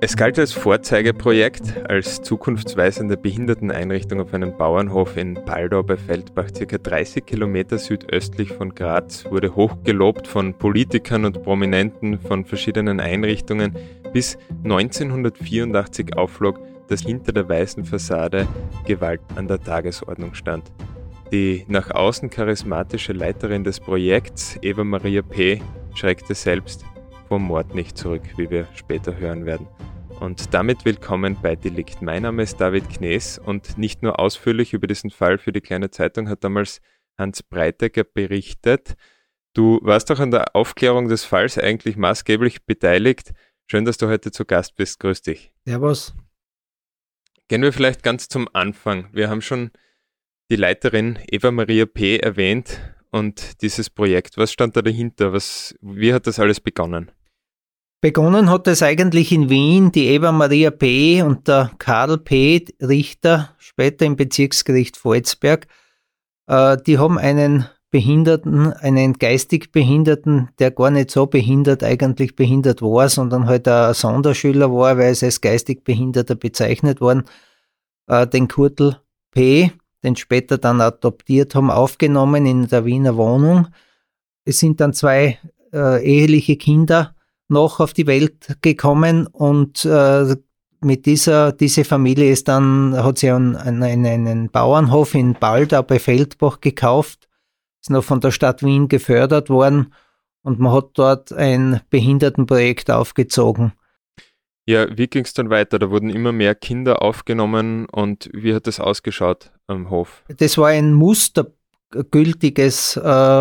Es galt als Vorzeigeprojekt, als zukunftsweisende Behinderteneinrichtung auf einem Bauernhof in Baldau bei Feldbach, ca. 30 Kilometer südöstlich von Graz, wurde hochgelobt von Politikern und Prominenten von verschiedenen Einrichtungen, bis 1984 aufflog, dass hinter der weißen Fassade Gewalt an der Tagesordnung stand. Die nach außen charismatische Leiterin des Projekts, Eva Maria P., schreckte selbst vom Mord nicht zurück, wie wir später hören werden. Und damit willkommen bei Delikt. Mein Name ist David Knees und nicht nur ausführlich über diesen Fall für die Kleine Zeitung hat damals Hans Breitegger berichtet. Du warst auch an der Aufklärung des Falls eigentlich maßgeblich beteiligt. Schön, dass du heute zu Gast bist. Grüß dich. Servus. Gehen wir vielleicht ganz zum Anfang. Wir haben schon die Leiterin Eva Maria P. erwähnt und dieses Projekt. Was stand da dahinter? Wie hat das alles begonnen? Begonnen hat es eigentlich in Wien, die Eva Maria P. und der Karl P., Richter, später im Bezirksgericht Volzberg. Die haben einen Behinderten, einen geistig Behinderten, der gar nicht so eigentlich behindert war, sondern halt ein Sonderschüler war, weil er als geistig Behinderter bezeichnet worden, den Kurtl P., den später dann adoptiert haben, aufgenommen in der Wiener Wohnung. Es sind dann zwei eheliche Kinder noch auf die Welt gekommen und mit diese Familie hat sie einen Bauernhof in Baldau bei Feldbach gekauft, ist noch von der Stadt Wien gefördert worden und man hat dort ein Behindertenprojekt aufgezogen. Ja, wie ging es dann weiter? Da wurden immer mehr Kinder aufgenommen und wie hat das ausgeschaut am Hof? Das war ein mustergültiges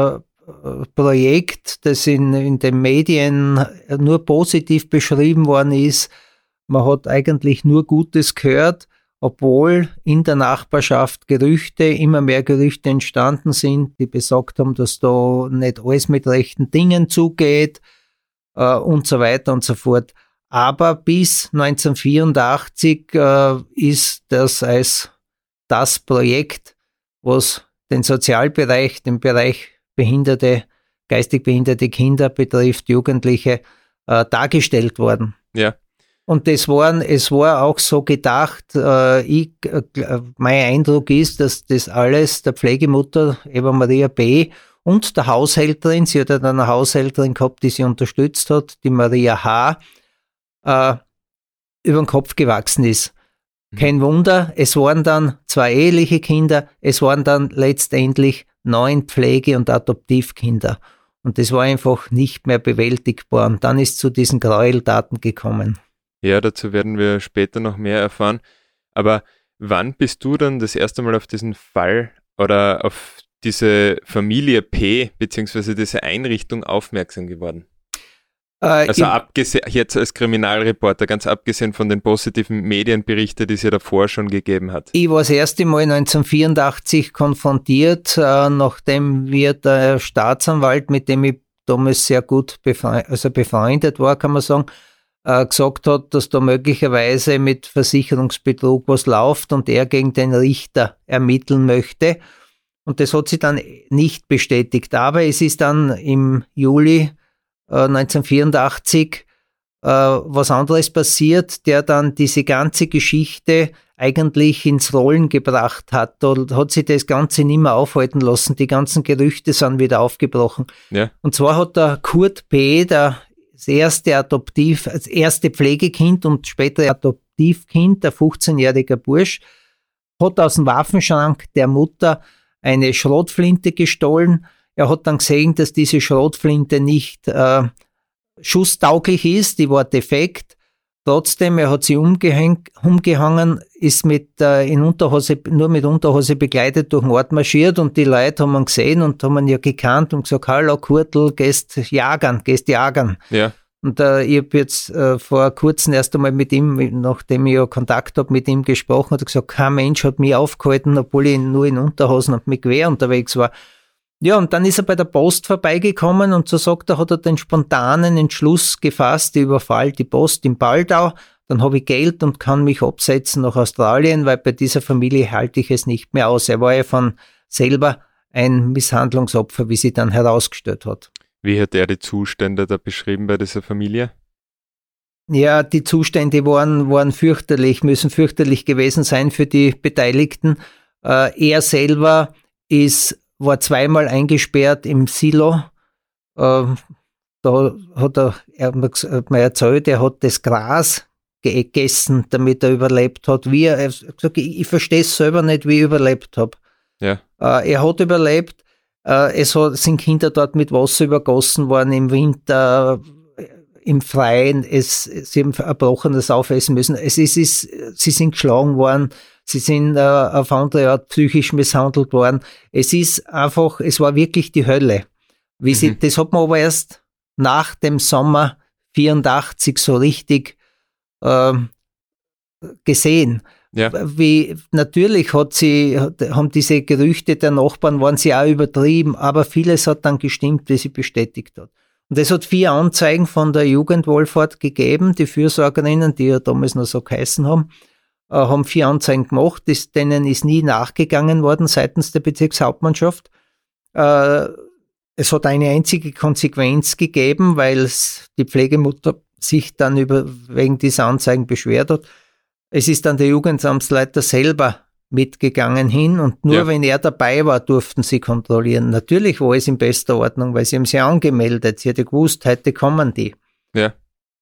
Projekt, das in den Medien nur positiv beschrieben worden ist. Man hat eigentlich nur Gutes gehört, obwohl in der Nachbarschaft immer mehr Gerüchte entstanden sind, die besagt haben, dass da nicht alles mit rechten Dingen zugeht und so weiter und so fort. Aber bis 1984 ist das als das Projekt, was den Sozialbereich, den Bereich geistig behinderte Kinder betrifft, Jugendliche, dargestellt worden. Ja. Und es war auch so gedacht, mein Eindruck ist, dass das alles der Pflegemutter Eva Maria B. und der Haushälterin, sie hat ja dann eine Haushälterin gehabt, die sie unterstützt hat, die Maria H., über den Kopf gewachsen ist. Kein Wunder, es waren dann 2 eheliche Kinder, es waren dann letztendlich 9 Pflege- und Adoptivkinder. Und das war einfach nicht mehr bewältigbar. Und dann ist zu diesen Gräueltaten gekommen. Ja, dazu werden wir später noch mehr erfahren. Aber wann bist du dann das erste Mal auf diesen Fall oder auf diese Familie P. bzw. diese Einrichtung aufmerksam geworden? Also jetzt als Kriminalreporter, ganz abgesehen von den positiven Medienberichten, die es ja davor schon gegeben hat. Ich war das erste Mal 1984 konfrontiert, nachdem der Staatsanwalt, mit dem ich damals sehr gut befreundet war, kann man sagen, gesagt hat, dass da möglicherweise mit Versicherungsbetrug was läuft und er gegen den Richter ermitteln möchte. Und das hat sich dann nicht bestätigt. Aber es ist dann im Juli 1984 was anderes passiert, der dann diese ganze Geschichte eigentlich ins Rollen gebracht hat. Da hat sich das Ganze nicht mehr aufhalten lassen. Die ganzen Gerüchte sind wieder aufgebrochen. Ja. Und zwar hat der Kurt P., das erste Pflegekind und später Adoptivkind, der 15-jährige Bursch, hat aus dem Waffenschrank der Mutter eine Schrotflinte gestohlen. Er hat dann gesehen, dass diese Schrotflinte nicht schusstauglich ist, die war defekt. Trotzdem, er hat sie umgehangen, ist nur mit Unterhose begleitet durch den Ort marschiert und die Leute haben ihn gesehen und haben ihn ja gekannt und gesagt, hallo Kurtl, gehst jagen. Ja. Und ich habe jetzt vor kurzem erst einmal mit ihm, nachdem ich ja Kontakt habe, mit ihm gesprochen und gesagt, kein Mensch hat mich aufgehalten, obwohl ich nur in Unterhosen und mit Gewehr unterwegs war. Ja, und dann ist er bei der Post vorbeigekommen und so sagt er, hat er den spontanen Entschluss gefasst, ich überfall die Post in Baldau, dann habe ich Geld und kann mich absetzen nach Australien, weil bei dieser Familie halte ich es nicht mehr aus. Er war ja von selber ein Misshandlungsopfer, wie sie dann herausgestellt hat. Wie hat er die Zustände da beschrieben bei dieser Familie? Ja, die Zustände waren fürchterlich, müssen fürchterlich gewesen sein für die Beteiligten. Er selber war zweimal eingesperrt im Silo. Da hat mir erzählt, er hat das Gras gegessen, damit er überlebt hat. Er hat gesagt, ich verstehe es selber nicht, wie ich überlebt habe. Ja. Er hat überlebt. Sind Kinder dort mit Wasser übergossen worden im Winter, im Freien. Sie haben Erbrochenes aufessen müssen. Sie sind geschlagen worden. Sie sind auf andere Art psychisch misshandelt worden. Es war wirklich die Hölle. Das hat man aber erst nach dem Sommer 84 so richtig gesehen. Ja. Natürlich haben diese Gerüchte der Nachbarn, waren sie auch übertrieben, aber vieles hat dann gestimmt, wie sie bestätigt hat. Und es hat 4 Anzeigen von der Jugendwohlfahrt gegeben. Die Fürsorgerinnen, die ja damals noch so geheißen haben 4 Anzeigen gemacht, denen ist nie nachgegangen worden seitens der Bezirkshauptmannschaft. Es hat eine einzige Konsequenz gegeben, weil die Pflegemutter sich dann wegen dieser Anzeigen beschwert hat. Es ist dann der Jugendamtsleiter selber mitgegangen hin und nur wenn er dabei war, durften sie kontrollieren. Natürlich war es in bester Ordnung, weil sie haben sie angemeldet. Sie hatte gewusst, heute kommen die. Ja.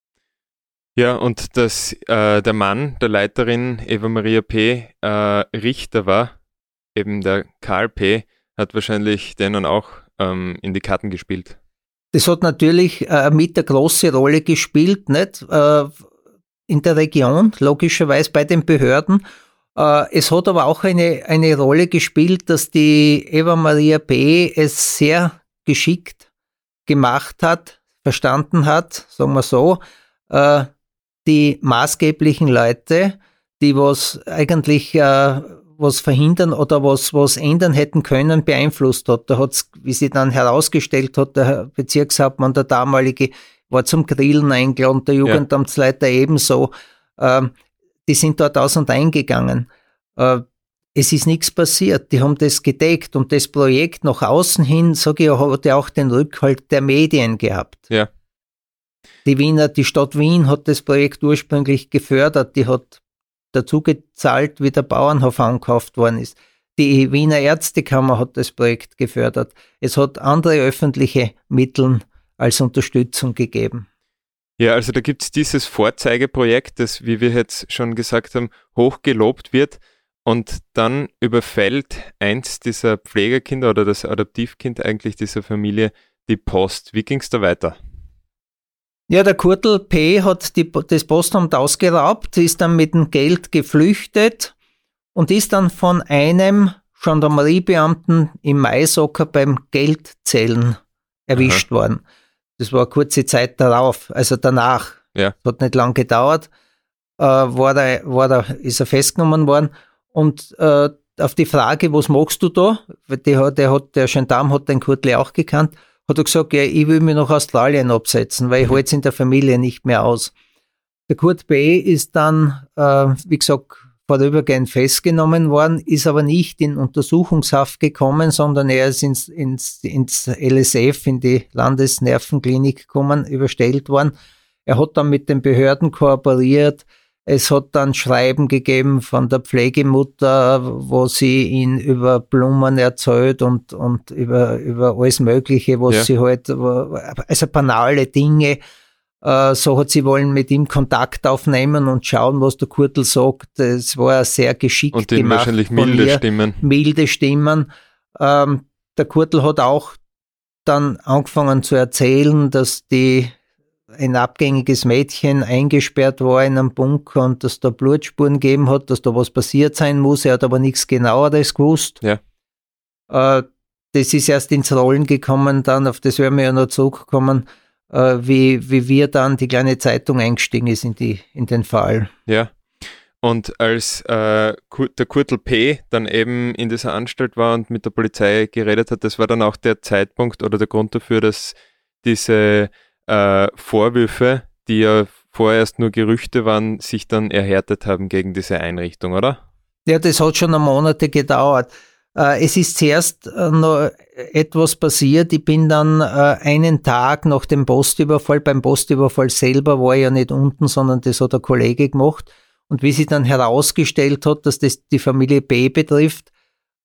Ja, und dass der Mann der Leiterin Eva Maria P. Richter war, eben der Karl P., hat wahrscheinlich denen auch in die Karten gespielt. Das hat natürlich mit eine große Rolle gespielt, nicht? In der Region, logischerweise bei den Behörden. Es hat aber auch eine Rolle gespielt, dass die Eva Maria P. es sehr geschickt gemacht hat, verstanden hat, sagen wir so, die maßgeblichen Leute, die was eigentlich was verhindern oder was ändern hätten können, beeinflusst hat. Da hat's, wie sie dann herausgestellt hat, der Bezirkshauptmann, der damalige, war zum Grillen eingeladen, der Jugendamtsleiter ebenso. Die sind dort aus und eingegangen. Es ist nichts passiert. Die haben das gedeckt und das Projekt nach außen hin, sage ich, hat ja auch den Rückhalt der Medien gehabt. Ja. Die Stadt Wien hat das Projekt ursprünglich gefördert. Die hat dazu gezahlt, wie der Bauernhof angekauft worden ist. Die Wiener Ärztekammer hat das Projekt gefördert. Es hat andere öffentliche Mittel als Unterstützung gegeben. Ja, also da gibt es dieses Vorzeigeprojekt, das, wie wir jetzt schon gesagt haben, hoch gelobt wird und dann überfällt eins dieser Pflegerkinder oder das Adoptivkind eigentlich dieser Familie die Post. Wie ging es da weiter? Ja, der Kurtl P. hat das Postamt ausgeraubt, ist dann mit dem Geld geflüchtet und ist dann von einem Gendarmeriebeamten im Maisocker beim Geldzählen erwischt worden. Das war eine kurze Zeit darauf, also danach. Ja. Das hat nicht lang gedauert, ist er festgenommen worden. Und auf die Frage, was machst du da? Der Gendarm hat den Kurtl auch gekannt, hat er gesagt, ja, ich will mich nach Australien absetzen, weil ich halte es in der Familie nicht mehr aus. Der Kurt B. ist dann, wie gesagt, vorübergehend festgenommen worden, ist aber nicht in Untersuchungshaft gekommen, sondern er ist ins LSF, in die Landesnervenklinik gekommen, überstellt worden. Er hat dann mit den Behörden kooperiert. Es hat dann Schreiben gegeben von der Pflegemutter, wo sie ihn über Blumen erzählt und über alles Mögliche, was sie halt, also banale Dinge. So hat sie wollen mit ihm Kontakt aufnehmen und schauen, was der Kurtl sagt. Es war sehr geschickt und gemacht. Und wahrscheinlich milde Stimmen. Milde Stimmen. Der Kurtl hat auch dann angefangen zu erzählen, dass ein abgängiges Mädchen eingesperrt war in einem Bunker und dass da Blutspuren gegeben hat, dass da was passiert sein muss. Er hat aber nichts Genaueres gewusst. Ja. Das ist erst ins Rollen gekommen dann, auf das werden wir ja noch zurückkommen, wie wir dann, die kleine Zeitung eingestiegen ist in den Fall. Ja. Und als der Kurtl P. dann eben in dieser Anstalt war und mit der Polizei geredet hat, das war dann auch der Zeitpunkt oder der Grund dafür, dass diese Vorwürfe, die ja vorerst nur Gerüchte waren, sich dann erhärtet haben gegen diese Einrichtung, oder? Ja, das hat schon Monate gedauert. Es ist zuerst noch etwas passiert. Ich bin dann einen Tag nach dem Postüberfall, beim Postüberfall selber war ich ja nicht unten, sondern das hat ein Kollege gemacht. Und wie sich dann herausgestellt hat, dass das die Familie B betrifft,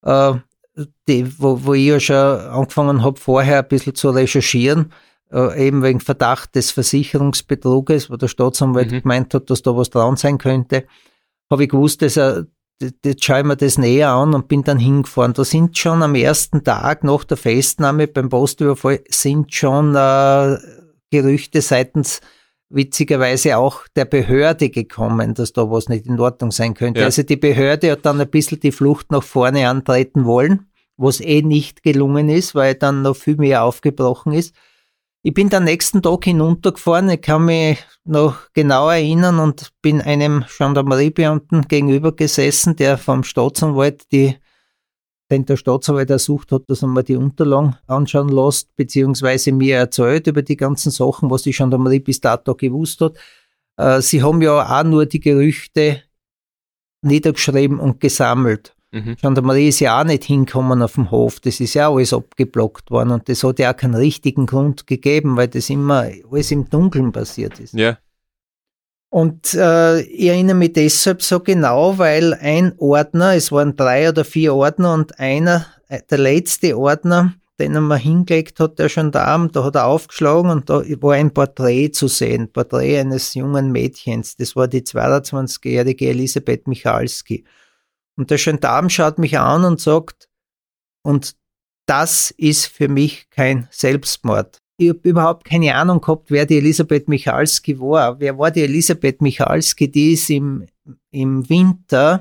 wo ich ja schon angefangen habe, vorher ein bisschen zu recherchieren, eben wegen Verdacht des Versicherungsbetruges, wo der Staatsanwalt gemeint hat, dass da was dran sein könnte, habe ich gewusst, dass jetzt schaue ich mir das näher an und bin dann hingefahren. Da sind schon am ersten Tag nach der Festnahme beim Postüberfall sind schon Gerüchte seitens witzigerweise auch der Behörde gekommen, dass da was nicht in Ordnung sein könnte. Ja. Also die Behörde hat dann ein bisschen die Flucht nach vorne antreten wollen, was nicht gelungen ist, weil dann noch viel mehr aufgebrochen ist. Ich bin den nächsten Tag hinuntergefahren, ich kann mich noch genau erinnern und bin einem Gendarmeriebeamten gegenüber gesessen, der vom Staatsanwalt den der Staatsanwalt ersucht hat, dass er mir die Unterlagen anschauen lässt, beziehungsweise mir erzählt über die ganzen Sachen, was die Gendarmerie bis dato gewusst hat. Sie haben ja auch nur die Gerüchte niedergeschrieben und gesammelt. Gendarmerie ist ja auch nicht hingekommen auf dem Hof, das ist ja alles abgeblockt worden und das hat ja auch keinen richtigen Grund gegeben, weil das immer alles im Dunkeln passiert ist. Ja. Und ich erinnere mich deshalb so genau, weil ein Ordner, es waren 3 oder 4 Ordner und einer, der letzte Ordner, den er mir hingelegt hat, der Gendarm, da hat er aufgeschlagen und da war ein Porträt zu sehen, Porträt eines jungen Mädchens, das war die 22-jährige Elisabeth Michalski. Und der Gendarm schaut mich an und sagt, und das ist für mich kein Selbstmord. Ich habe überhaupt keine Ahnung gehabt, wer die Elisabeth Michalski war. Wer war die Elisabeth Michalski? Die ist im Winter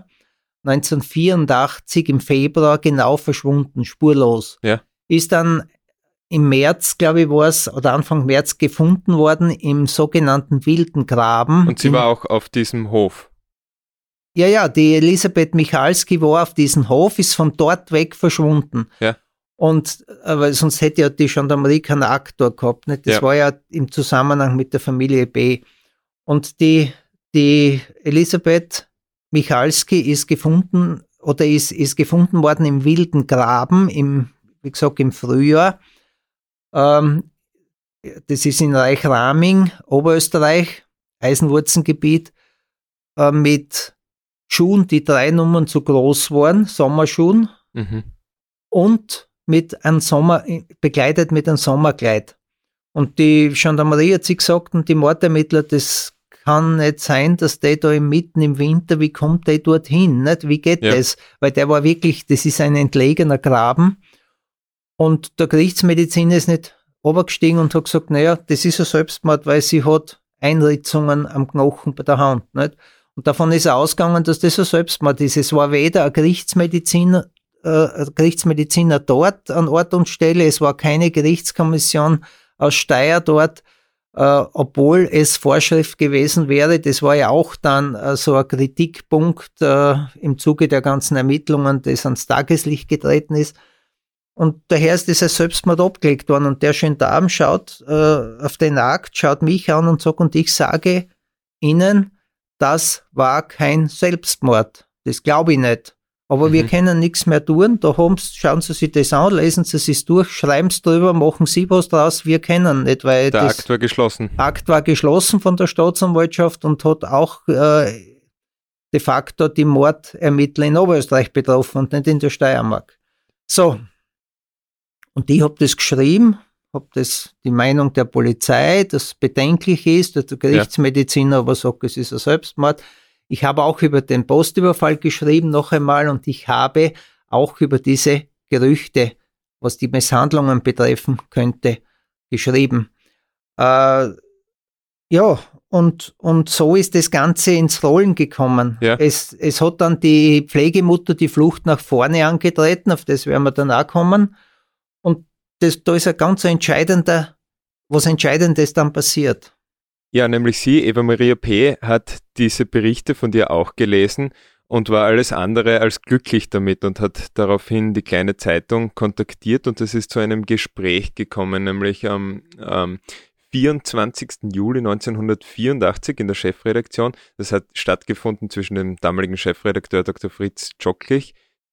1984 im Februar genau verschwunden, spurlos. Ja. Ist dann im März, glaube ich, war es, oder Anfang März gefunden worden im sogenannten Wilden Graben. Und sie war auch auf diesem Hof. Ja, die Elisabeth Michalski war auf diesem Hof, ist von dort weg verschwunden. Ja. Und, aber sonst hätte ja die Gendarmerie keinen Aktor gehabt, nicht? Das war ja im Zusammenhang mit der Familie B. Und die Elisabeth Michalski ist gefunden, oder ist gefunden worden im Wilden Graben, wie gesagt, im Frühjahr. Das ist in Reichraming, Oberösterreich, Eisenwurzengebiet, mit Schuhen, die 3 Nummern zu groß waren, Sommerschuhen, und begleitet mit einem Sommerkleid. Und die Gendarmerie hat sich gesagt, und die Mordermittler, das kann nicht sein, dass der da mitten im Winter, wie kommt der dorthin? Nicht? Wie geht das? Weil der war wirklich, das ist ein entlegener Graben. Und der Gerichtsmediziner ist nicht runtergestiegen und hat gesagt, naja, das ist ein Selbstmord, weil sie hat Einritzungen am Knochen bei der Hand. Nicht? Und davon ist er ausgegangen, dass das ein Selbstmord ist. Es war weder ein Gerichtsmediziner dort an Ort und Stelle, es war keine Gerichtskommission aus Steyr dort, obwohl es Vorschrift gewesen wäre. Das war ja auch dann so ein Kritikpunkt im Zuge der ganzen Ermittlungen, das ans Tageslicht getreten ist. Und daher ist das als Selbstmord abgelegt worden. Und der Gendarm schaut auf den Akt, schaut mich an und sagt, und ich sage Ihnen, das war kein Selbstmord. Das glaube ich nicht. Aber wir können nichts mehr tun. Da schauen Sie sich das an, lesen Sie es durch, schreiben Sie drüber, machen Sie was draus. Wir können nicht, weil der Akt war geschlossen. Akt war geschlossen von der Staatsanwaltschaft und hat auch de facto die Mordermittler in Oberösterreich betroffen und nicht in der Steiermark. So. Und ich habe das geschrieben, habe das die Meinung der Polizei, das bedenklich ist, dass der Gerichtsmediziner aber sagt, es ist ein Selbstmord. Ich habe auch über den Postüberfall geschrieben, noch einmal, und ich habe auch über diese Gerüchte, was die Misshandlungen betreffen könnte, geschrieben. Und so ist das Ganze ins Rollen gekommen. Ja. Es hat dann die Pflegemutter die Flucht nach vorne angetreten, auf das werden wir dann auch kommen. Und da ist ein ganz was Entscheidendes dann passiert. Ja, nämlich sie, Eva Maria P., hat diese Berichte von dir auch gelesen und war alles andere als glücklich damit und hat daraufhin die kleine Zeitung kontaktiert und es ist zu einem Gespräch gekommen, nämlich am 24. Juli 1984 in der Chefredaktion. Das hat stattgefunden zwischen dem damaligen Chefredakteur Dr. Fritz Tschocklich,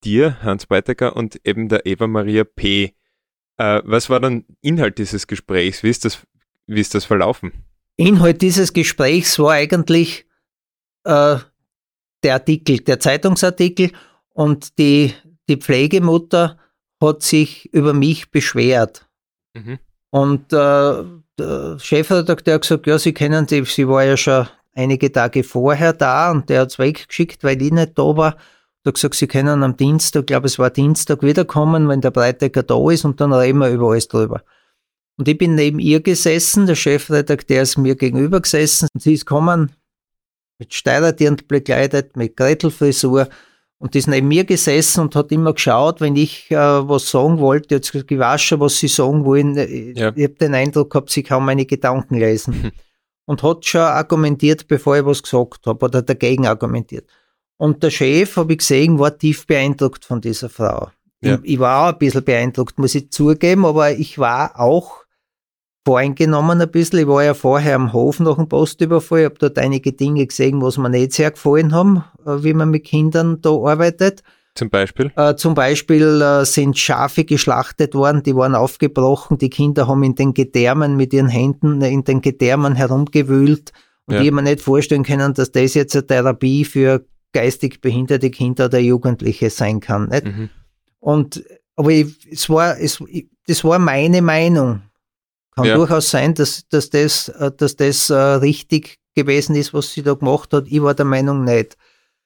dir, Hans Breitecker, und eben der Eva Maria P. Was war dann Inhalt dieses Gesprächs? Wie ist das verlaufen? Inhalt dieses Gesprächs war eigentlich der Artikel, der Zeitungsartikel, und die Pflegemutter hat sich über mich beschwert. Mhm. Und der Chefredakteur hat gesagt, ja, sie war ja schon einige Tage vorher da, und der hat es weggeschickt, weil ich nicht da war. Er hat gesagt, sie können am Dienstag, ich glaube es war Dienstag, wiederkommen, wenn der Breitecker da ist, und dann reden wir über alles drüber. Und ich bin neben ihr gesessen, der Chefredakteur ist mir gegenüber gesessen, und sie ist gekommen, mit Steirerdirndl bekleidet, mit Grettelfrisur, und die ist neben mir gesessen und hat immer geschaut, wenn ich was sagen wollte. Jetzt ich weiß schon, was sie sagen wollen. Ja. Ich habe den Eindruck gehabt, sie kann meine Gedanken lesen. Und hat schon argumentiert, bevor ich was gesagt habe, oder dagegen argumentiert. Und der Chef, habe ich gesehen, war tief beeindruckt von dieser Frau. Ja. Ich war auch ein bisschen beeindruckt, muss ich zugeben, aber ich war auch voreingenommen ein bisschen. Ich war ja vorher am Hof nach dem Postüberfall. Ich habe dort einige Dinge gesehen, was mir nicht sehr gefallen haben, wie man mit Kindern da arbeitet. Zum Beispiel? Zum Beispiel sind Schafe geschlachtet worden, die waren aufgebrochen. Die Kinder haben in den Gedärmen mit ihren Händen in den Gedärmen herumgewühlt. Und ich habe mir nicht vorstellen können, dass das jetzt eine Therapie für geistig behinderte Kinder oder Jugendliche sein kann. Nicht? Mhm. Aber das war meine Meinung. Kann durchaus sein, dass das richtig gewesen ist, was sie da gemacht hat. Ich war der Meinung nicht.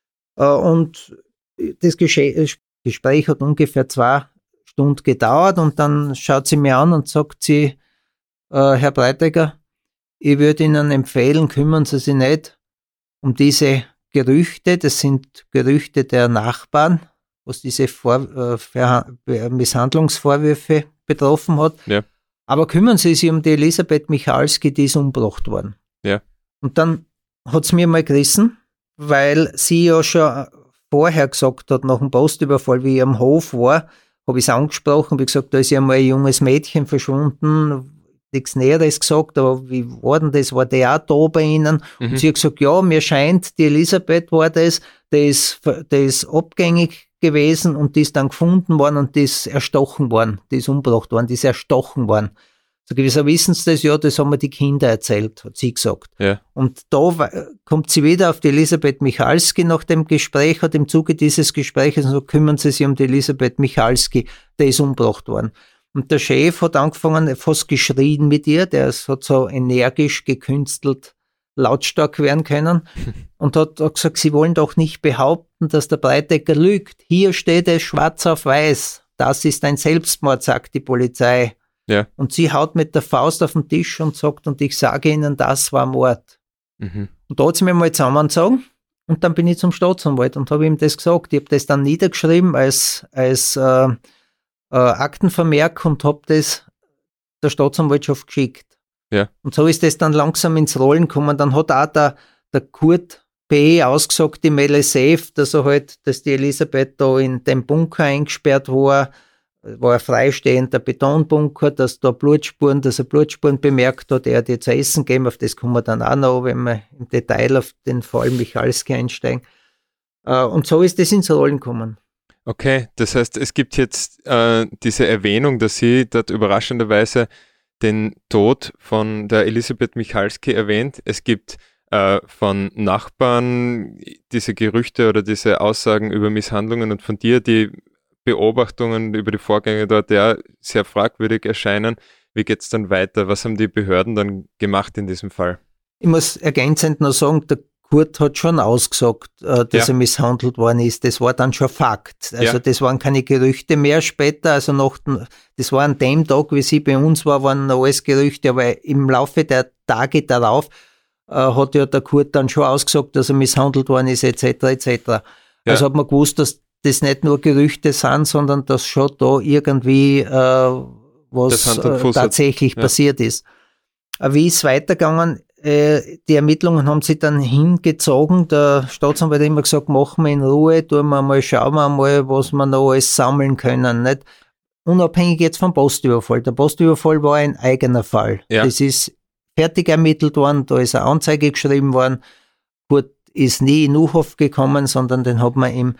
Und das Gespräch hat ungefähr 2 Stunden gedauert, und dann schaut sie mir an und sagt sie, Herr Breitecker, ich würde Ihnen empfehlen, kümmern Sie sich nicht um diese Gerüchte. Das sind Gerüchte der Nachbarn, was diese Misshandlungsvorwürfe betroffen hat. Ja. Aber kümmern Sie sich um die Elisabeth Michalski, die ist umgebracht worden. Ja. Und dann hat es mir mal gerissen, weil sie ja schon vorher gesagt hat, nach dem Postüberfall, wie ich am Hof war, habe ich es angesprochen, habe gesagt, da ist ja mal ein junges Mädchen verschwunden, nichts Näheres gesagt, aber wie war denn das? War der auch da bei Ihnen? Mhm. Und sie hat gesagt, ja, mir scheint, die Elisabeth war das, der ist abgängig gewesen, und die ist dann gefunden worden und die ist erstochen worden, die ist umgebracht worden, die ist erstochen worden. So gewisser wissen Sie das? Ja, das haben mir die Kinder erzählt, hat sie gesagt. Ja. Und da kommt sie wieder auf die Elisabeth Michalski nach dem Gespräch, hat im Zuge dieses Gesprächs und so, kümmern Sie sich um die Elisabeth Michalski, der ist umgebracht worden. Und der Chef hat angefangen, fast geschrien mit ihr, der hat so energisch gekünstelt lautstark werden können, und hat gesagt, Sie wollen doch nicht behaupten, dass der Breitecker lügt. Hier steht es schwarz auf weiß. Das ist ein Selbstmord, sagt die Polizei. Ja. Und sie haut mit der Faust auf den Tisch und sagt, und ich sage Ihnen, das war Mord. Mhm. Und da hat sie mir mal zusammengezogen, und dann bin ich zum Staatsanwalt und habe ihm das gesagt. Ich habe das dann niedergeschrieben als Aktenvermerk und habe das der Staatsanwaltschaft geschickt. Ja. Und so ist das dann langsam ins Rollen gekommen. Dann hat auch der Kurt P. ausgesagt im LSF, dass die Elisabeth da in dem Bunker eingesperrt war ein freistehender Betonbunker, dass er Blutspuren bemerkt hat. Er hat jetzt Essen gegeben, auf das kommen wir dann auch noch, wenn wir im Detail auf den Fall Michalski einsteigen. Und so ist das ins Rollen gekommen. Okay, das heißt, es gibt jetzt diese Erwähnung, dass sie dort überraschenderweise den Tod von der Elisabeth Michalski erwähnt. Es gibt von Nachbarn diese Gerüchte oder diese Aussagen über Misshandlungen und von dir die Beobachtungen über die Vorgänge dort ja sehr fragwürdig erscheinen. Wie geht es dann weiter? Was haben die Behörden dann gemacht in diesem Fall? Ich muss ergänzend noch sagen, der Kurt hat schon ausgesagt, dass er misshandelt worden ist. Das war dann schon Fakt. Also das waren keine Gerüchte mehr später. Also das war an dem Tag, wie sie bei uns war, waren noch alles Gerüchte. Aber im Laufe der Tage darauf hat ja der Kurt dann schon ausgesagt, dass er misshandelt worden ist, etc. etc. Ja. Also hat man gewusst, dass das nicht nur Gerüchte sind, sondern dass schon da irgendwie was tatsächlich passiert ist. Wie ist es weitergegangen? Die Ermittlungen haben sich dann hingezogen. Der Staatsanwalt hat immer gesagt, machen wir in Ruhe, schauen wir mal, was wir noch alles sammeln können. Nicht? Unabhängig jetzt vom Postüberfall. Der Postüberfall war ein eigener Fall. Ja. Das ist fertig ermittelt worden, da ist eine Anzeige geschrieben worden. Kurt ist nie in U-Haft gekommen, sondern den hat man im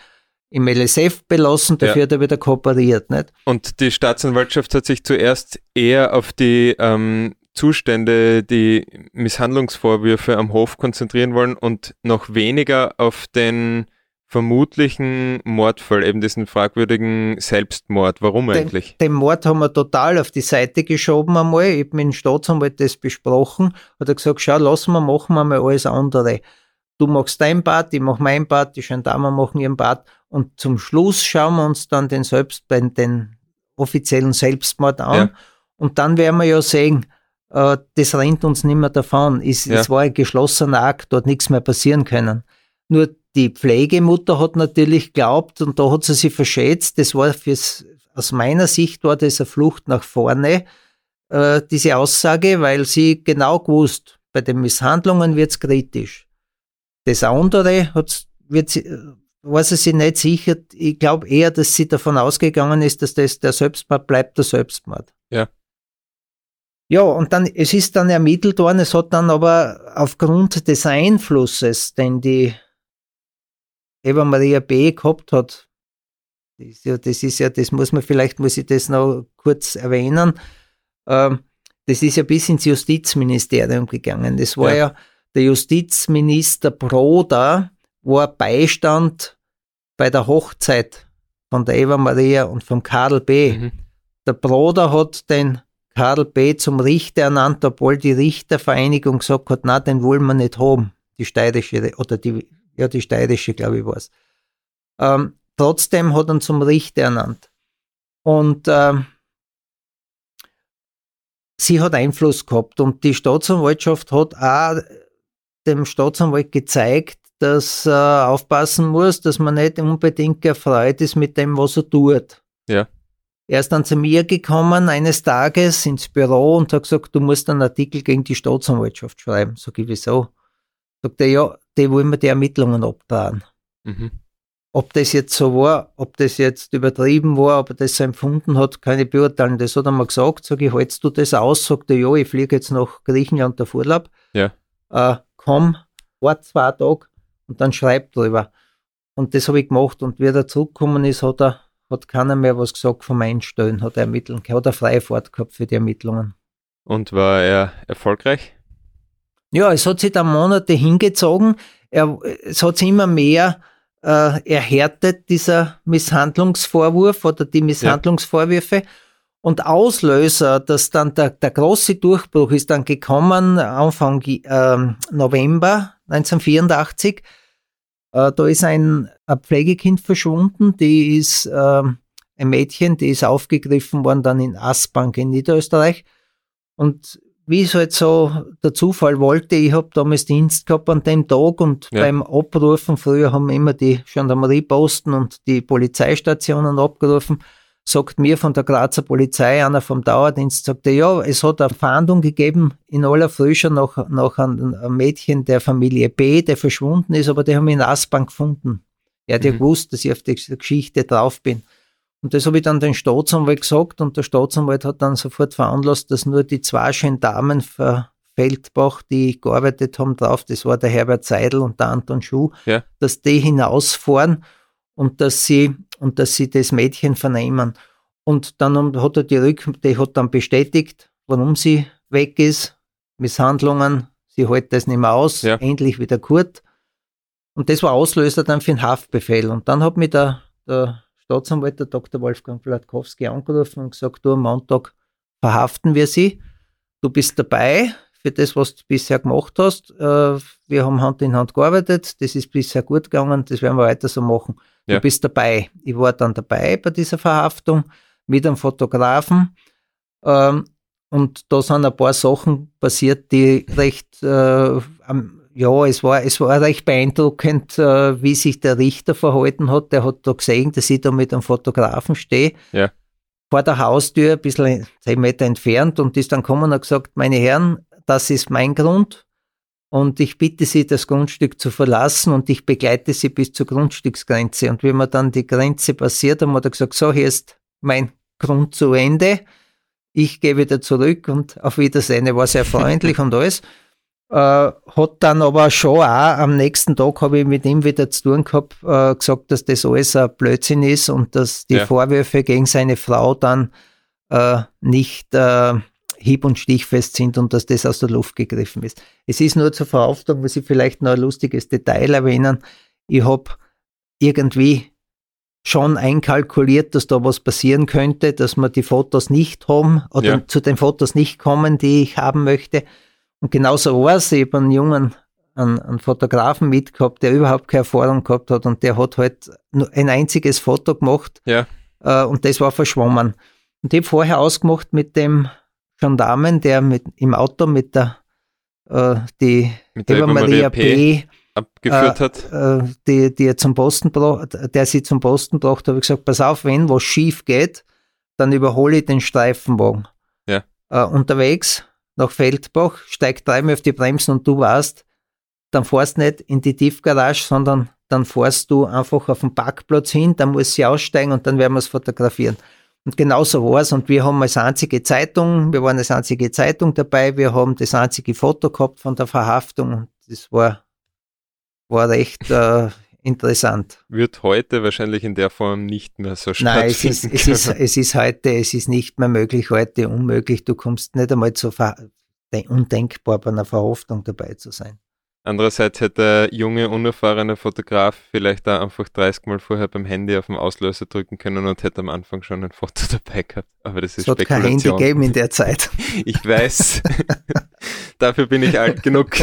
im LSF belassen, dafür hat er wieder kooperiert. Nicht? Und die Staatsanwaltschaft hat sich zuerst eher auf die Zustände, die Misshandlungsvorwürfe am Hof konzentrieren wollen und noch weniger auf den vermutlichen Mordfall, eben diesen fragwürdigen Selbstmord. Warum eigentlich? Den Mord haben wir total auf die Seite geschoben einmal. Ich habe mit dem Staatsanwalt das besprochen. Hat er gesagt, schau, machen wir mal alles andere. Du machst dein Part, ich mach mein Part, die Gendarmen machen ihren Part. Und zum Schluss schauen wir uns dann den offiziellen Selbstmord an. Ja. Und dann werden wir ja sehen, das rennt uns nicht mehr davon. Es war ein geschlossener Akt, dort nichts mehr passieren können. Nur die Pflegemutter hat natürlich geglaubt, und da hat sie sich verschätzt, das war aus meiner Sicht war das eine Flucht nach vorne, diese Aussage, weil sie genau gewusst, bei den Misshandlungen wird es kritisch. Das andere war sie sich nicht sicher. Ich glaube eher, dass sie davon ausgegangen ist, dass das der Selbstmord bleibt, der Selbstmord. Ja. Ja, und es ist dann ermittelt worden, es hat dann aber aufgrund des Einflusses, den die Eva Maria B. gehabt hat, das muss ich das noch kurz erwähnen, das ist ja bis ins Justizministerium gegangen. Das war ja der Justizminister Broda, war Beistand bei der Hochzeit von der Eva Maria und vom Karl B. Mhm. Der Broda hat den Karl B. zum Richter ernannt, obwohl die Richtervereinigung gesagt hat, nein, den wollen wir nicht haben. Die steirische, die steirische, glaube ich, war es. Trotzdem hat er ihn zum Richter ernannt. Und sie hat Einfluss gehabt. Und die Staatsanwaltschaft hat auch dem Staatsanwalt gezeigt, dass er aufpassen muss, dass man nicht unbedingt erfreut ist mit dem, was er tut. Ja. Er ist dann zu mir gekommen, eines Tages ins Büro und hat gesagt, du musst einen Artikel gegen die Staatsanwaltschaft schreiben. Sag ich, wieso? Sagt er, ja, die wollen mir die Ermittlungen abdrehen. Mhm. Ob das jetzt so war, ob das jetzt übertrieben war, ob er das so empfunden hat, kann ich beurteilen. Das hat er mir gesagt. Sag ich, hältst du das aus? Sagt er, ja, ich fliege jetzt nach Griechenland auf Urlaub. Ja. Komm, wart 2 Tage und dann schreib drüber. Und das habe ich gemacht. Und wie er zurückgekommen ist, hat keiner mehr was gesagt vom Einstellen, hat er ermitteln, hat er freie Fahrt gehabt für die Ermittlungen. Und war er erfolgreich? Ja, es hat sich da Monate hingezogen. Es hat sich immer mehr erhärtet, dieser Misshandlungsvorwurf oder die Misshandlungsvorwürfe. Und Auslöser, dass dann der große Durchbruch ist dann gekommen, Anfang November 1984. Da ist ein Pflegekind verschwunden, die ist ein Mädchen, die ist aufgegriffen worden dann in Aspang in Niederösterreich. Und wie es halt so der Zufall wollte, ich habe damals Dienst gehabt an dem Tag und beim Abrufen, früher haben immer die Gendarmerieposten und die Polizeistationen abgerufen, sagt mir von der Grazer Polizei, einer vom Dauerdienst, sagte, ja, es hat eine Fahndung gegeben in aller Früh schon nach einem Mädchen der Familie B, der verschwunden ist, aber die haben ihn in Aspang gefunden. Er hat ja gewusst, dass ich auf die Geschichte drauf bin. Und das habe ich dann den Staatsanwalt gesagt und der Staatsanwalt hat dann sofort veranlasst, dass nur die 2 Gendarmen für Feldbach, die gearbeitet haben drauf, das war der Herbert Seidel und der Anton Schuh, dass die hinausfahren und dass sie das Mädchen vernehmen. Und dann hat er die hat dann bestätigt, warum sie weg ist, Misshandlungen, sie hält das nicht mehr aus, endlich wieder Kurt. Und das war Auslöser dann für den Haftbefehl. Und dann hat mich der Staatsanwalt, der Dr. Wolfgang Blatkowski, angerufen und gesagt, du, am Montag verhaften wir sie, du bist dabei für das, was du bisher gemacht hast. Wir haben Hand in Hand gearbeitet, das ist bisher gut gegangen, das werden wir weiter so machen. Du bist dabei. Ich war dann dabei bei dieser Verhaftung mit einem Fotografen und da sind ein paar Sachen passiert, die recht, es war recht beeindruckend, wie sich der Richter verhalten hat. Der hat da gesehen, dass ich da mit einem Fotografen stehe, vor der Haustür, ein bisschen 10 Meter entfernt und ist dann gekommen und hat gesagt, meine Herren, das ist mein Grund. Und ich bitte Sie, das Grundstück zu verlassen und ich begleite Sie bis zur Grundstücksgrenze. Und wenn wir dann die Grenze passiert haben, hat er gesagt, so, hier ist mein Grund zu Ende. Ich gehe wieder zurück und auf Wiedersehen. Er war sehr freundlich und alles. hat dann aber schon auch am nächsten Tag habe ich mit ihm wieder zu tun gehabt, gesagt, dass das alles ein Blödsinn ist und dass die Vorwürfe gegen seine Frau dann nicht hieb- und stichfest sind und dass das aus der Luft gegriffen ist. Es ist nur zur Verhaftung, muss ich vielleicht noch ein lustiges Detail erwähnen. Ich habe irgendwie schon einkalkuliert, dass da was passieren könnte, dass wir die Fotos nicht haben oder zu den Fotos nicht kommen, die ich haben möchte. Und genauso war es. Ich habe einen Fotografen mitgehabt, der überhaupt keine Erfahrung gehabt hat und der hat halt nur ein einziges Foto gemacht und das war verschwommen. Und ich habe vorher ausgemacht mit dem Gendarmen, der im Auto mit der Eva Maria P. abgeführt hat, der sie zum Posten brachte, habe ich gesagt, pass auf, wenn was schief geht, dann überhole ich den Streifenwagen. Ja. Unterwegs nach Feldbach, steig dreimal auf die Bremsen und du weißt, dann fährst nicht in die Tiefgarage, sondern dann fährst du einfach auf den Parkplatz hin, dann muss sie aussteigen und dann werden wir es fotografieren. Und genau so war es. Und wir waren als einzige Zeitung dabei, wir haben das einzige Foto gehabt von der Verhaftung und das war recht interessant. Wird heute wahrscheinlich in der Form nicht mehr so stattfinden. Nein, es ist nicht mehr möglich, heute unmöglich. Du kommst nicht einmal zu undenkbar bei einer Verhaftung dabei zu sein. Andererseits hätte der junge, unerfahrene Fotograf vielleicht da einfach 30 Mal vorher beim Handy auf den Auslöser drücken können und hätte am Anfang schon ein Foto dabei gehabt. Aber das ist Spekulation. Es hat kein Handy gegeben in der Zeit. Ich weiß. Dafür bin ich alt genug.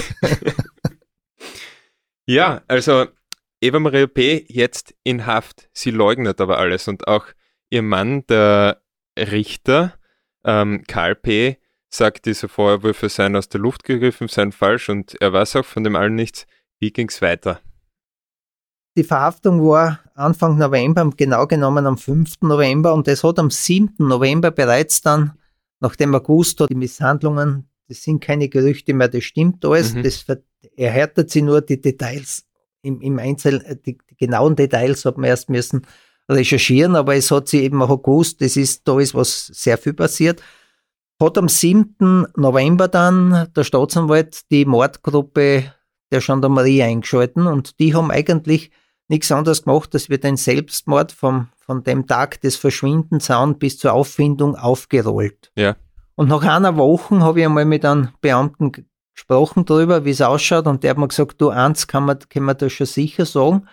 Ja, also Eva Maria P. jetzt in Haft. Sie leugnet aber alles und auch ihr Mann, der Richter, Karl P., sagt, diese Vorwürfe seien aus der Luft gegriffen, seien falsch und er weiß auch von dem allen nichts. Wie ging es weiter? Die Verhaftung war Anfang November, genau genommen am 5. November und es hat am 7. November bereits dann, nachdem er gewusst hat, die Misshandlungen, das sind keine Gerüchte mehr, das stimmt alles, das erhärtet sie nur die Details im Einzelnen, die genauen Details hat man erst müssen recherchieren, aber es hat sie eben auch gewusst, da ist was sehr viel passiert. Hat am 7. November dann der Staatsanwalt die Mordgruppe der Gendarmerie eingeschalten und die haben eigentlich nichts anderes gemacht, als wir den Selbstmord von dem Tag des Verschwindens an bis zur Auffindung aufgerollt. Ja. Und nach einer Woche habe ich einmal mit einem Beamten gesprochen darüber, wie es ausschaut und der hat mir gesagt, du, eins kann man da schon sicher sagen,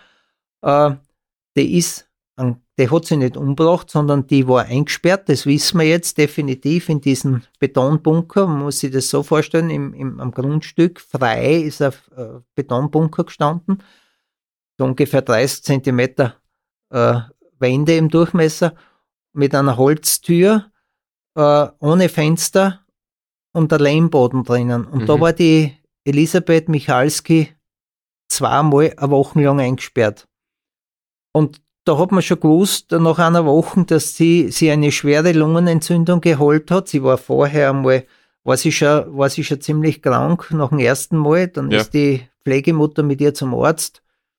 der hat sie nicht umgebracht, sondern die war eingesperrt, das wissen wir jetzt definitiv in diesem Betonbunker, man muss sich das so vorstellen, am Grundstück frei ist ein Betonbunker gestanden, so ungefähr 30 Zentimeter Wände im Durchmesser, mit einer Holztür, ohne Fenster und der Lehmboden drinnen. Und da war die Elisabeth Michalski zweimal eine Woche lang eingesperrt. Und da hat man schon gewusst, nach einer Woche, dass sie eine schwere Lungenentzündung geholt hat. Sie war vorher einmal, war sie schon ziemlich krank nach dem ersten Mal. Dann ist die Pflegemutter mit ihr zum Arzt.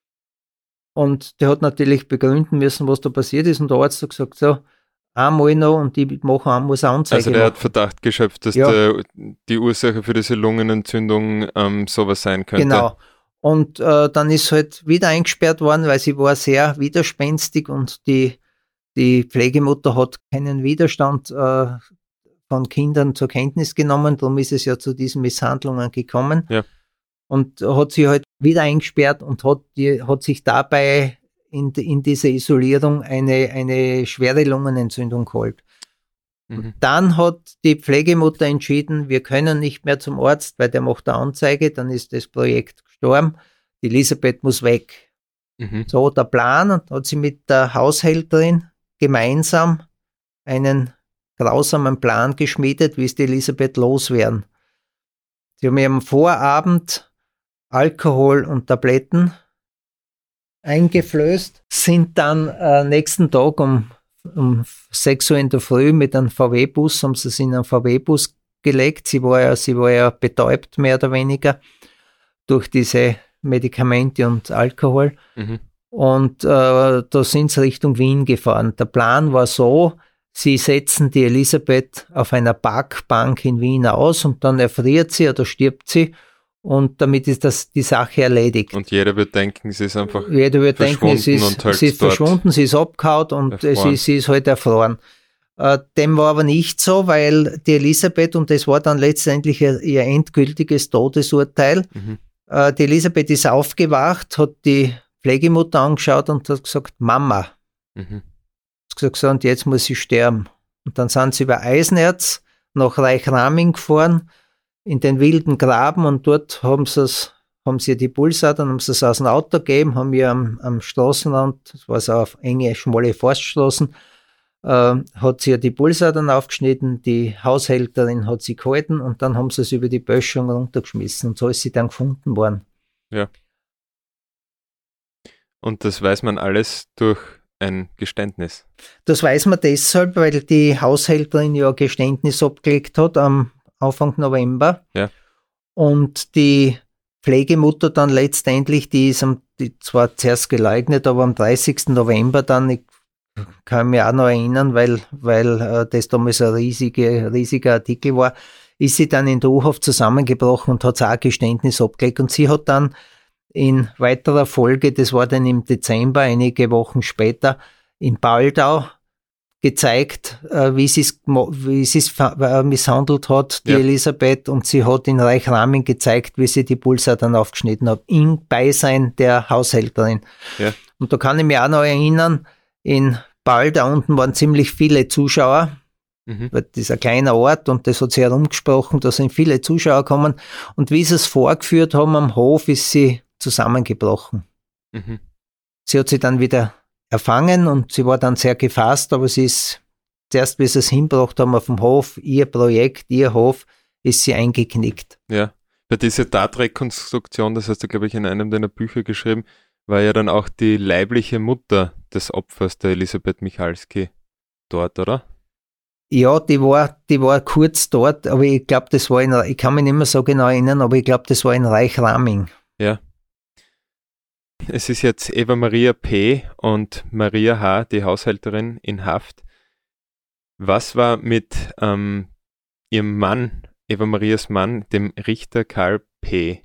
Und der hat natürlich begründen müssen, was da passiert ist. Und der Arzt hat gesagt, so, einmal noch und die muss Anzeige Also der hat Verdacht geschöpft, dass die Ursache für diese Lungenentzündung sowas sein könnte. Genau. Und dann ist halt wieder eingesperrt worden, weil sie war sehr widerspenstig und die Pflegemutter hat keinen Widerstand von Kindern zur Kenntnis genommen. Darum ist es ja zu diesen Misshandlungen gekommen. Ja. Und hat sie halt wieder eingesperrt und hat sich dabei in dieser Isolierung eine schwere Lungenentzündung geholt. Und dann hat die Pflegemutter entschieden, wir können nicht mehr zum Arzt, weil der macht eine Anzeige, dann ist das Projekt gestorben. Die Elisabeth muss weg. So der Plan, und hat sie mit der Haushälterin gemeinsam einen grausamen Plan geschmiedet, wie es die Elisabeth loswerden. Sie haben am Vorabend Alkohol und Tabletten eingeflößt, sind dann nächsten Tag um 6 Uhr in der Früh mit einem VW-Bus, haben sie es in einen VW-Bus gelegt. Sie war ja betäubt, mehr oder weniger, durch diese Medikamente und Alkohol. Und da sind sie Richtung Wien gefahren. Der Plan war so, sie setzen die Elisabeth auf einer Parkbank in Wien aus und dann erfriert sie oder stirbt sie und damit ist das die Sache erledigt. Und jeder wird denken, sie ist einfach Jeder wird denken, verschwunden sie ist verschwunden, sie ist abgehauen und sie ist halt erfroren. Dem war aber nicht so, weil die Elisabeth, und das war dann letztendlich ihr endgültiges Todesurteil, die Elisabeth ist aufgewacht, hat die Pflegemutter angeschaut und hat gesagt, Mama. Hat gesagt, so, und jetzt muss sie sterben. Und dann sind sie über Eisenerz nach Reichaming gefahren, in den wilden Graben, und dort haben sie die Pulsadern, haben sie es aus dem Auto gegeben, haben ihr am Straßenrand, das war so auf enge, schmale Forststraßen, hat sie ja die Pulsadern aufgeschnitten, die Haushälterin hat sie gehalten und dann haben sie es über die Böschung runtergeschmissen und so ist sie dann gefunden worden. Ja. Und das weiß man alles durch ein Geständnis? Das weiß man deshalb, weil die Haushälterin ja ein Geständnis abgelegt hat am Anfang November. Ja. Und die Pflegemutter dann letztendlich, die zwar zuerst geleugnet, aber am 30. November dann, ich kann mich auch noch erinnern, weil das damals ein riesiger Artikel war, ist sie dann in der U-Haft zusammengebrochen und hat auch ein Geständnis abgelegt. Und sie hat dann in weiterer Folge, das war dann im Dezember, einige Wochen später, in Baldau gezeigt, wie sie es misshandelt hat, die Elisabeth, und sie hat in Reichaming gezeigt, wie sie die Pulsadern aufgeschnitten hat, im Beisein der Haushälterin. Ja. Und da kann ich mich auch noch erinnern, in Baldau unten waren ziemlich viele Zuschauer, weil das ist ein kleiner Ort und das hat sich herumgesprochen, da sind viele Zuschauer gekommen, und wie sie es vorgeführt haben am Hof, ist sie zusammengebrochen. Sie hat sich dann wieder erfangen und sie war dann sehr gefasst, aber sie ist, zuerst wie sie es hingebracht haben auf dem Hof, ihr Projekt, ihr Hof, ist sie eingeknickt. Ja, bei dieser Tatrekonstruktion, das hast du, glaube ich, in einem deiner Bücher geschrieben, war ja dann auch die leibliche Mutter des Opfers, der Elisabeth Michalski, dort, oder? Ja, die war kurz dort, aber ich glaube, das war ich kann mich nicht mehr so genau erinnern, aber ich glaube, das war in Reichaming. Ja. Es ist jetzt Eva Maria P. und Maria H., die Haushälterin, in Haft. Was war mit ihrem Mann, Eva Marias Mann, dem Richter Karl P.?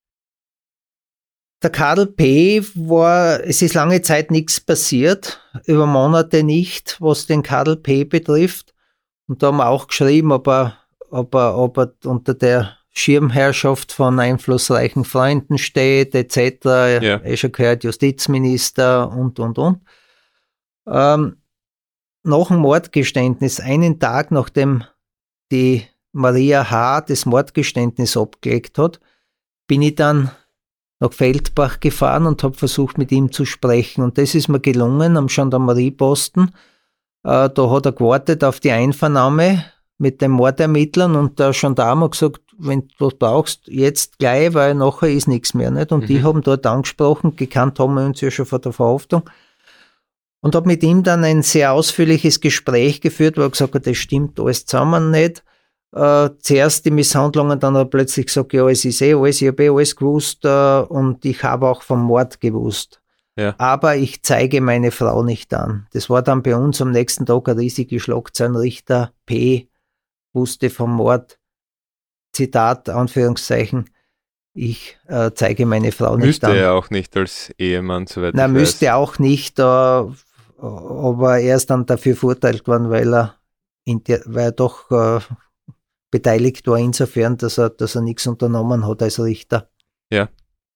Der Karl P. es ist lange Zeit nichts passiert, über Monate nicht, was den Karl P. betrifft. Und da haben wir auch geschrieben, ob er unter der Schirmherrschaft von einflussreichen Freunden steht, etc. Ja. Er ist schon gehört, Justizminister und. Nach dem Mordgeständnis, einen Tag nachdem die Maria H. das Mordgeständnis abgelegt hat, bin ich dann nach Feldbach gefahren und habe versucht, mit ihm zu sprechen. Und das ist mir gelungen am Gendarmerieposten. Da hat er gewartet auf die Einvernahme mit den Mordermittlern und der Gendarm hat gesagt, wenn du brauchst, jetzt gleich, weil nachher ist nichts mehr. Nicht? Und die haben dort angesprochen, gekannt haben wir uns ja schon vor der Verhaftung. Und habe mit ihm dann ein sehr ausführliches Gespräch geführt, wo er gesagt hat, das stimmt alles zusammen nicht. Zuerst die Misshandlungen, dann hat er plötzlich gesagt, ja, es ist alles, ich habe alles gewusst und ich habe auch vom Mord gewusst. Ja. Aber ich zeige meine Frau nicht an. Das war dann bei uns am nächsten Tag eine riesige Schlagzeile. Richter P. wusste vom Mord. Zitat, Anführungszeichen, ich zeige meine Frau nicht an. Müsste er auch nicht als Ehemann, soweit Nein, müsste er auch nicht, aber er ist dann dafür verurteilt worden, weil er doch beteiligt war insofern, dass er nichts unternommen hat als Richter. Ja.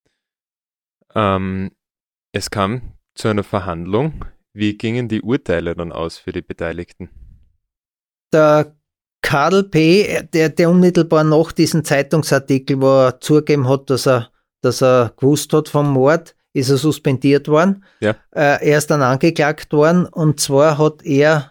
Es kam zu einer Verhandlung. Wie gingen die Urteile dann aus für die Beteiligten? Der Karl P., der unmittelbar nach diesem Zeitungsartikel, wo er zugegeben hat, dass er gewusst hat vom Mord, ist er suspendiert worden. Ja. Er ist dann angeklagt worden und zwar hat er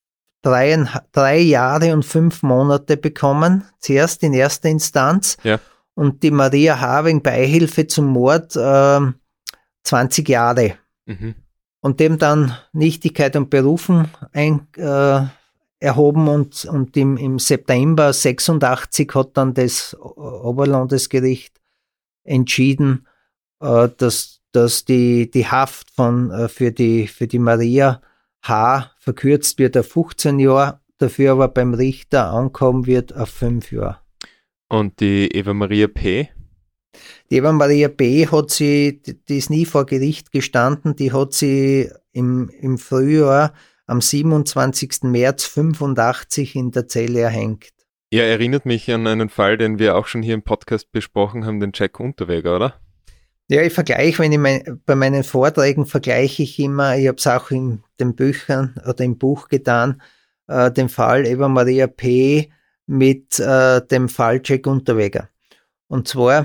3 Jahre und 5 Monate bekommen, zuerst in erster Instanz. Ja. Und die Maria H. wegen Beihilfe zum Mord 20 Jahre. Und dem dann Nichtigkeit und Berufen erhoben und im September 86 hat dann das Oberlandesgericht entschieden, dass die Haft für die Maria H. verkürzt wird auf 15 Jahre, dafür aber beim Richter ankommen wird auf 5 Jahre. Und die Eva Maria P.? Die Eva Maria B. die ist nie vor Gericht gestanden, die hat sie im Frühjahr am 27. März 85 in der Zelle erhängt. Ja, erinnert mich an einen Fall, den wir auch schon hier im Podcast besprochen haben, den Jack Unterweger, oder? Ja, ich vergleiche, bei meinen Vorträgen vergleiche ich immer, ich habe es auch in den Büchern oder im Buch getan, den Fall Eva Maria P. mit dem Fall Jack Unterweger. Und zwar,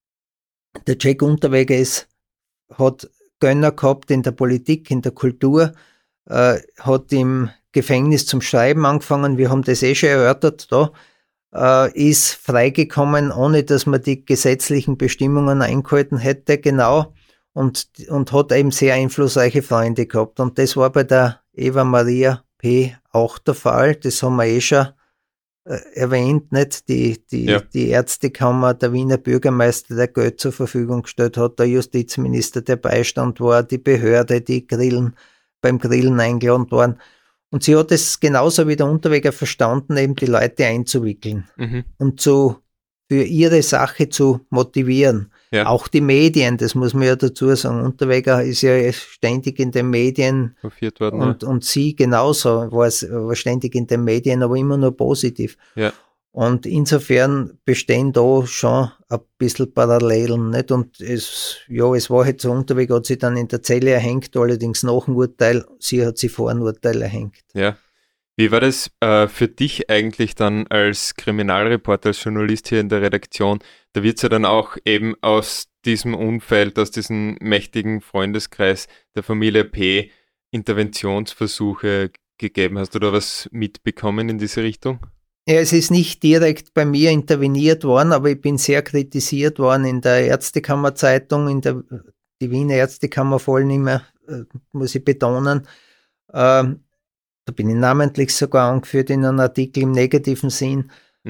der Jack Unterweger hat Gönner gehabt in der Politik, in der Kultur, hat im Gefängnis zum Schreiben angefangen, wir haben das schon erörtert da, ist freigekommen, ohne dass man die gesetzlichen Bestimmungen eingehalten hätte, genau, und hat eben sehr einflussreiche Freunde gehabt. Und das war bei der Eva Maria P. auch der Fall, das haben wir schon erwähnt, nicht? Die Ärztekammer, der Wiener Bürgermeister, der Geld zur Verfügung gestellt hat, der Justizminister, der Beistand war, die Behörde, die beim Grillen eingeladen waren. Und sie hat es genauso wie der Unterweger verstanden, eben die Leute einzuwickeln und für ihre Sache zu motivieren. Ja. Auch die Medien, das muss man ja dazu sagen. Unterweger ist ja ständig in den Medien worden, und sie genauso war ständig in den Medien, aber immer nur positiv. Ja. Und insofern bestehen da schon ein bisschen Parallelen, nicht? Und es war halt so, Unterweger hat sie dann in der Zelle erhängt, allerdings nach dem Urteil, sie hat sie vor dem Urteil erhängt. Ja. Wie war das für dich eigentlich dann als Kriminalreporter, als Journalist hier in der Redaktion? Da wird es ja dann auch eben aus diesem Umfeld, aus diesem mächtigen Freundeskreis der Familie P. Interventionsversuche gegeben. Hast du da was mitbekommen in diese Richtung? Ja, es ist nicht direkt bei mir interveniert worden, aber ich bin sehr kritisiert worden in der Ärztekammerzeitung, die Wiener Ärztekammer vor allem immer, muss ich betonen. Da bin ich namentlich sogar angeführt in einem Artikel im negativen Sinn.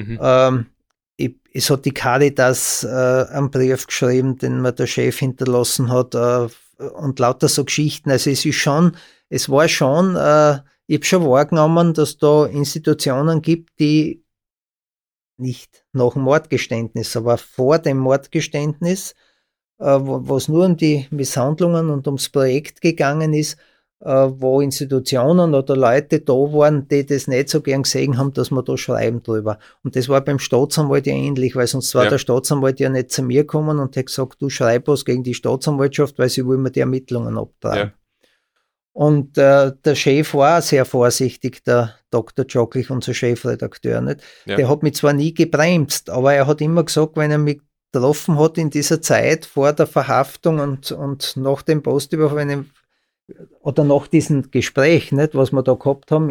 Es hat die Caritas einen Brief geschrieben, den mir der Chef hinterlassen hat, und lauter so Geschichten. Also ich habe schon wahrgenommen, dass da Institutionen gibt, die nicht nach dem Mordgeständnis, aber vor dem Mordgeständnis, wo es nur um die Misshandlungen und ums Projekt gegangen ist, wo Institutionen oder Leute da waren, die das nicht so gern gesehen haben, dass wir da schreiben drüber. Und das war beim Staatsanwalt ja ähnlich, weil sonst war der Staatsanwalt ja nicht zu mir gekommen und hat gesagt, du schreib was gegen die Staatsanwaltschaft, weil sie wollen mir die Ermittlungen abtragen. Ja. Und der Chef war sehr vorsichtig, der Dr. Jocklich, unser Chefredakteur, nicht? Ja. Der hat mich zwar nie gebremst, aber er hat immer gesagt, wenn er mich getroffen hat in dieser Zeit vor der Verhaftung und nach dem Postüberfall oder nach diesem Gespräch, nicht, was wir da gehabt haben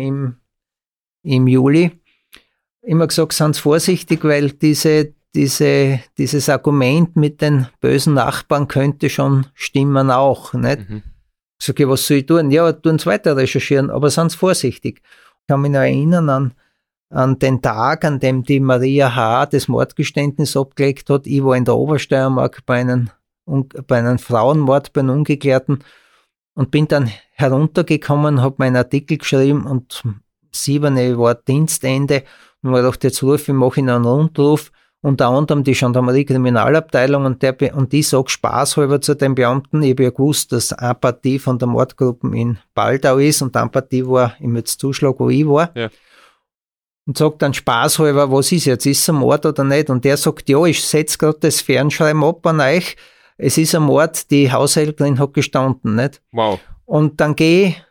im Juli, immer gesagt, seid vorsichtig, weil dieses Argument mit den bösen Nachbarn könnte schon stimmen auch, nicht? Sag ich, was soll ich tun? Ja, tun es weiter recherchieren, aber seid vorsichtig. Ich kann mich noch erinnern an den Tag, an dem die Maria H. das Mordgeständnis abgelegt hat. Ich war in der Obersteiermark bei einem Frauenmord, bei einem Ungeklärten, und bin dann heruntergekommen, habe meinen Artikel geschrieben und 7 Uhr war Dienstende und mir gedacht, jetzt mache ich einen Rundruf, unter anderem die Gendarmerie-Kriminalabteilung und die sagt spaßhalber zu den Beamten, ich habe ja gewusst, dass eine Partie von der Mordgruppe in Baldau ist und eine Partie war im Zuschlag, wo ich war. Ja. Und sagt dann spaßhalber, was ist jetzt, ist es ein Mord oder nicht? Und der sagt, ja, ich setze gerade das Fernschreiben ab an euch, es ist ein Mord, die Haushälterin hat gestanden, nicht? Wow. Und dann gehe ich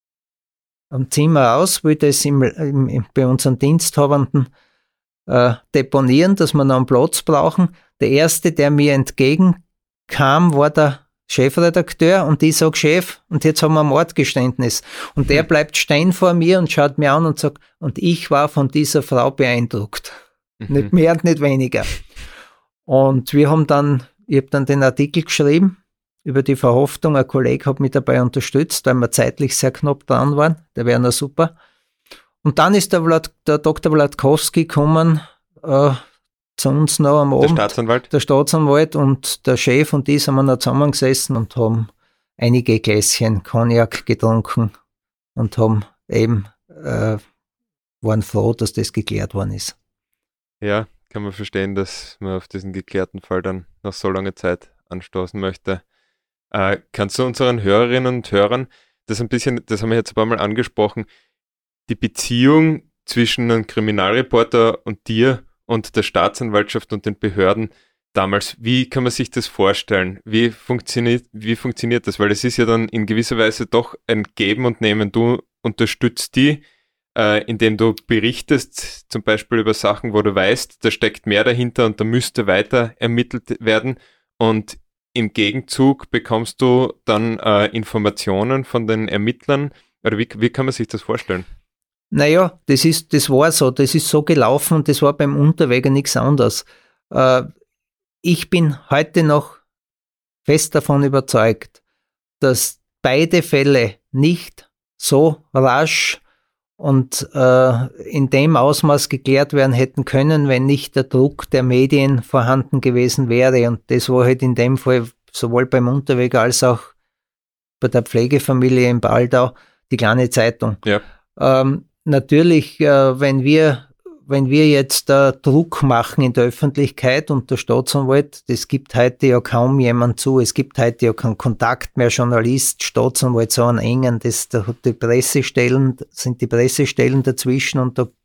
am Zimmer raus, will das bei unseren Diensthabenden deponieren, dass wir noch einen Platz brauchen. Der erste, der mir entgegenkam, war der Chefredakteur und ich sage, Chef, und jetzt haben wir ein Mordgeständnis. Und der bleibt stehen vor mir und schaut mir an und sagt, und ich war von dieser Frau beeindruckt. Nicht mehr und nicht weniger. Und ich habe dann den Artikel geschrieben über die Verhaftung. Ein Kollege hat mich dabei unterstützt, weil wir zeitlich sehr knapp dran waren. Der wäre noch super. Und dann ist der Dr. Wladkowski gekommen, zu uns noch am Abend. Der Staatsanwalt und der Chef und ich sind wir noch zusammengesessen und haben einige Gläschen Cognac getrunken und haben eben, waren froh, dass das geklärt worden ist. Ja, kann man verstehen, dass man auf diesen geklärten Fall dann nach so langer Zeit anstoßen möchte. Kannst du unseren Hörerinnen und Hörern das ein bisschen, das haben wir jetzt ein paar Mal angesprochen, die Beziehung zwischen einem Kriminalreporter und dir und der Staatsanwaltschaft und den Behörden damals, wie kann man sich das vorstellen? Wie funktioniert das? Weil es ist ja dann in gewisser Weise doch ein Geben und Nehmen. Du unterstützt die, indem du berichtest, zum Beispiel über Sachen, wo du weißt, da steckt mehr dahinter und da müsste weiter ermittelt werden. Und im Gegenzug bekommst du dann Informationen von den Ermittlern. Oder wie kann man sich das vorstellen? Naja, das war so, das ist so gelaufen und das war beim Unterweger nichts anderes. Ich bin heute noch fest davon überzeugt, dass beide Fälle nicht so rasch und in dem Ausmaß geklärt werden hätten können, wenn nicht der Druck der Medien vorhanden gewesen wäre. Und das war halt in dem Fall sowohl beim Unterweger als auch bei der Pflegefamilie in Baldau die kleine Zeitung. Ja. Natürlich, wenn wir jetzt Druck machen in der Öffentlichkeit und der Staatsanwalt, das gibt heute ja kaum jemand zu, es gibt heute ja keinen Kontakt mehr, Journalist, Staatsanwalt, so einen engen, da hat die Pressestellen dazwischen und da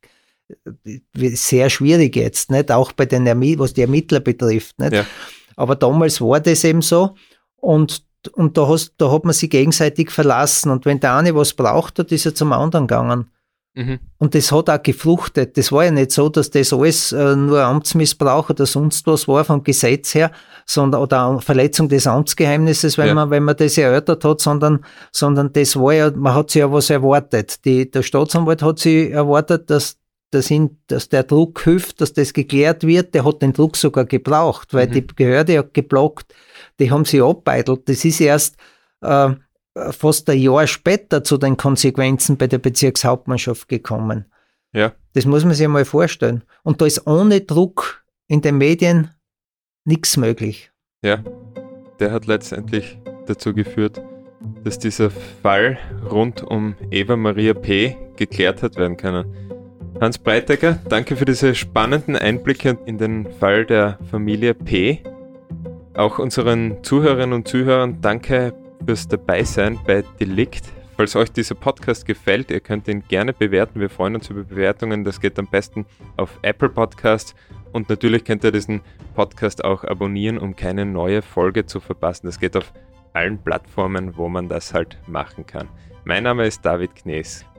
sehr schwierig jetzt, nicht? Auch bei den was die Ermittler betrifft, nicht? Ja. Aber damals war das eben so und da hat man sich gegenseitig verlassen und wenn der eine was braucht hat, ist er zum anderen gegangen. Mhm. Und das hat auch gefruchtet. Das war ja nicht so, dass das alles nur Amtsmissbrauch oder sonst was war vom Gesetz her, oder eine Verletzung des Amtsgeheimnisses, wenn man das erörtert hat, sondern das war ja, man hat sich ja was erwartet. Der Staatsanwalt hat sich erwartet, dass der Druck hilft, dass das geklärt wird. Der hat den Druck sogar gebraucht, weil die Behörde hat geblockt, die haben sich abbeitelt. Das ist erst fast ein Jahr später zu den Konsequenzen bei der Bezirkshauptmannschaft gekommen. Ja. Das muss man sich mal vorstellen. Und da ist ohne Druck in den Medien nichts möglich. Ja, der hat letztendlich dazu geführt, dass dieser Fall rund um Eva Maria P. geklärt hat werden können. Hans Breitegger, danke für diese spannenden Einblicke in den Fall der Familie P. Auch unseren Zuhörerinnen und Zuhörern danke fürs Dabeisein bei Delikt. Falls euch dieser Podcast gefällt, ihr könnt ihn gerne bewerten. Wir freuen uns über Bewertungen. Das geht am besten auf Apple Podcasts. Und natürlich könnt ihr diesen Podcast auch abonnieren, um keine neue Folge zu verpassen. Das geht auf allen Plattformen, wo man das halt machen kann. Mein Name ist David Knees.